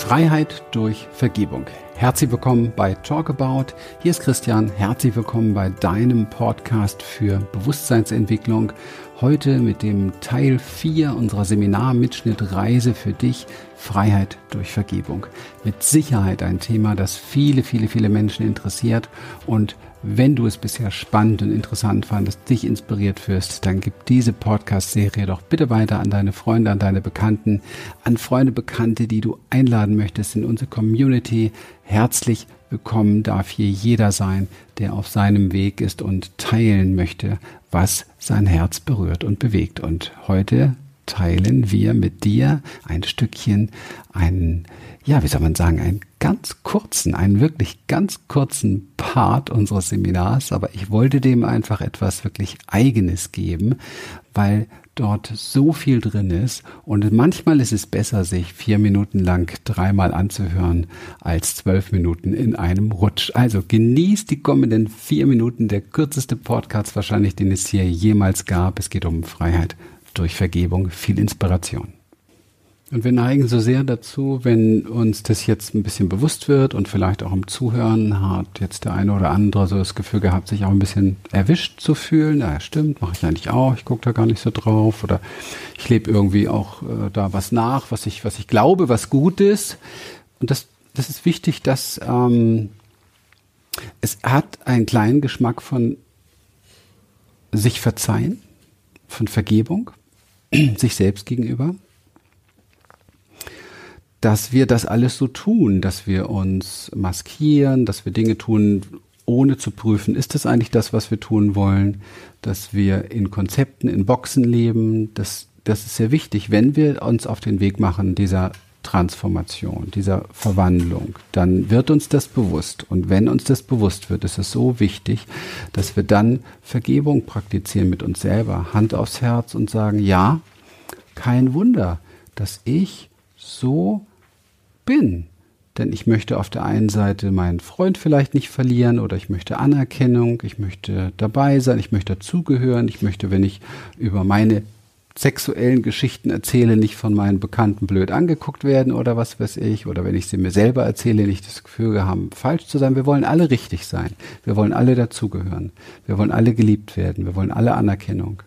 Freiheit durch Vergebung. Herzlich willkommen bei Talk About. Hier ist Christian. Herzlich willkommen bei deinem Podcast für Bewusstseinsentwicklung. Heute mit dem Teil 4 unserer Seminarmitschnitt Reise für dich. Freiheit durch Vergebung. Mit Sicherheit ein Thema, das viele Menschen interessiert. Und wenn du es bisher spannend und interessant fandest, dich inspiriert fühlst, dann gib diese Podcast-Serie doch bitte weiter an deine Freunde, an deine Bekannten, an Freunde, Bekannte, die du einladen möchtest in unsere Community. Herzlich willkommen darf hier jeder sein, der auf seinem Weg ist und teilen möchte, was sein Herz berührt und bewegt. Und heute teilen wir mit dir ein Stückchen, einen wirklich ganz kurzen Part unseres Seminars, aber ich wollte dem einfach etwas wirklich Eigenes geben, weil dort so viel drin ist und manchmal ist es besser, sich 4 Minuten lang dreimal anzuhören, als 12 Minuten in einem Rutsch. Also genießt die kommenden 4 Minuten, der kürzeste Podcast wahrscheinlich, den es hier jemals gab. Es geht um Freiheit durch Vergebung, viel Inspiration. Und wir neigen so sehr dazu, wenn uns das jetzt ein bisschen bewusst wird und vielleicht auch im Zuhören hat jetzt der eine oder andere so das Gefühl gehabt, sich auch ein bisschen erwischt zu fühlen. Ja, stimmt, mache ich eigentlich auch, ich gucke da gar nicht so drauf oder ich lebe irgendwie auch da was nach, was ich glaube, was gut ist. Und das ist wichtig, dass es hat einen kleinen Geschmack von sich verzeihen, von Vergebung, sich selbst gegenüber. Dass wir das alles so tun, dass wir uns maskieren, dass wir Dinge tun, ohne zu prüfen, ist das eigentlich das, was wir tun wollen, dass wir in Konzepten, in Boxen leben, das ist sehr wichtig. Wenn wir uns auf den Weg machen, dieser Transformation, dieser Verwandlung, dann wird uns das bewusst. Und wenn uns das bewusst wird, ist es so wichtig, dass wir dann Vergebung praktizieren mit uns selber, Hand aufs Herz und sagen, ja, kein Wunder, dass ich so bin. Denn ich möchte auf der einen Seite meinen Freund vielleicht nicht verlieren oder ich möchte Anerkennung, ich möchte dabei sein, ich möchte dazugehören, ich möchte, wenn ich über meine sexuellen Geschichten erzähle, nicht von meinen Bekannten blöd angeguckt werden oder was weiß ich, oder wenn ich sie mir selber erzähle, nicht das Gefühl haben, falsch zu sein. Wir wollen alle richtig sein. Wir wollen alle dazugehören. Wir wollen alle geliebt werden. Wir wollen alle Anerkennung.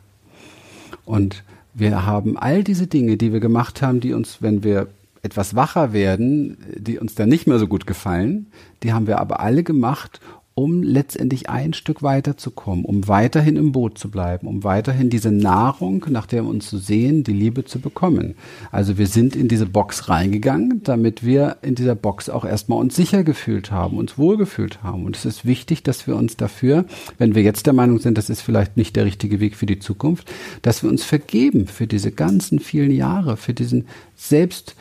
Und wir haben all diese Dinge, die wir gemacht haben, die uns, wenn wir etwas wacher werden, die uns dann nicht mehr so gut gefallen, die haben wir aber alle gemacht, um letztendlich ein Stück weiterzukommen, um weiterhin im Boot zu bleiben, um weiterhin diese Nahrung, nach der wir uns so sehen, die Liebe zu bekommen. Also wir sind in diese Box reingegangen, damit wir in dieser Box auch erstmal uns sicher gefühlt haben, uns wohlgefühlt haben. Und es ist wichtig, dass wir uns dafür, wenn wir jetzt der Meinung sind, das ist vielleicht nicht der richtige Weg für die Zukunft, dass wir uns vergeben für diese ganzen vielen Jahre, für diesen selbst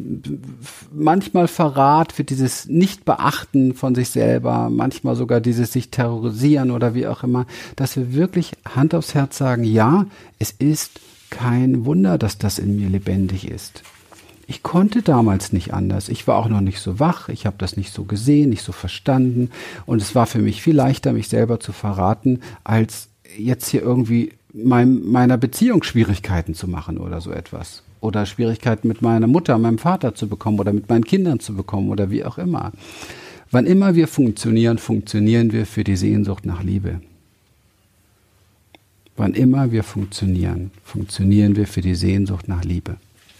manchmal Verrat, für dieses Nicht-Beachten von sich selber, manchmal sogar dieses sich terrorisieren oder wie auch immer, dass wir wirklich Hand aufs Herz sagen, ja, es ist kein Wunder, dass das in mir lebendig ist. Ich konnte damals nicht anders. Ich war auch noch nicht so wach. Ich habe das nicht so gesehen, nicht so verstanden. Und es war für mich viel leichter, mich selber zu verraten, als jetzt hier irgendwie meiner Beziehung Schwierigkeiten zu machen oder so etwas. Oder Schwierigkeiten mit meiner Mutter, meinem Vater zu bekommen oder mit meinen Kindern zu bekommen oder wie auch immer. Wann immer wir funktionieren, funktionieren wir für die Sehnsucht nach Liebe. Wann immer wir funktionieren, funktionieren wir für die Sehnsucht nach Liebe.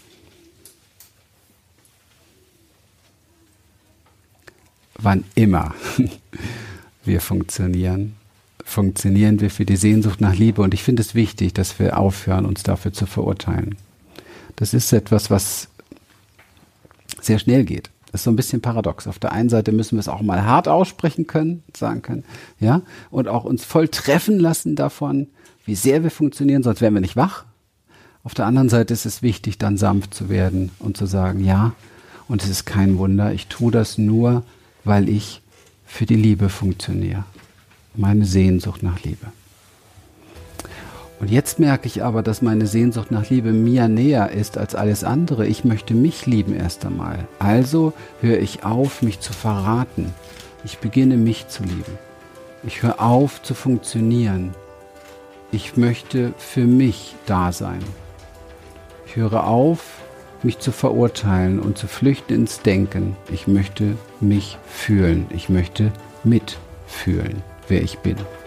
Wann immer wir funktionieren, funktionieren wir für die Sehnsucht nach Liebe. Und ich finde es wichtig, dass wir aufhören, uns dafür zu verurteilen. Das ist etwas, was sehr schnell geht. Das ist so ein bisschen paradox. Auf der einen Seite müssen wir es auch mal hart aussprechen können, sagen können, ja, und auch uns voll treffen lassen davon, wie sehr wir funktionieren, sonst wären wir nicht wach. Auf der anderen Seite ist es wichtig, dann sanft zu werden und zu sagen, ja, und es ist kein Wunder, ich tue das nur, weil ich für die Liebe funktioniere. Meine Sehnsucht nach Liebe. Und jetzt merke ich aber, dass meine Sehnsucht nach Liebe mir näher ist als alles andere. Ich möchte mich lieben erst einmal. Also höre ich auf, mich zu verraten. Ich beginne, mich zu lieben. Ich höre auf zu funktionieren. Ich möchte für mich da sein. Ich höre auf, mich zu verurteilen und zu flüchten ins Denken. Ich möchte mich fühlen. Ich möchte mitfühlen, wer ich bin.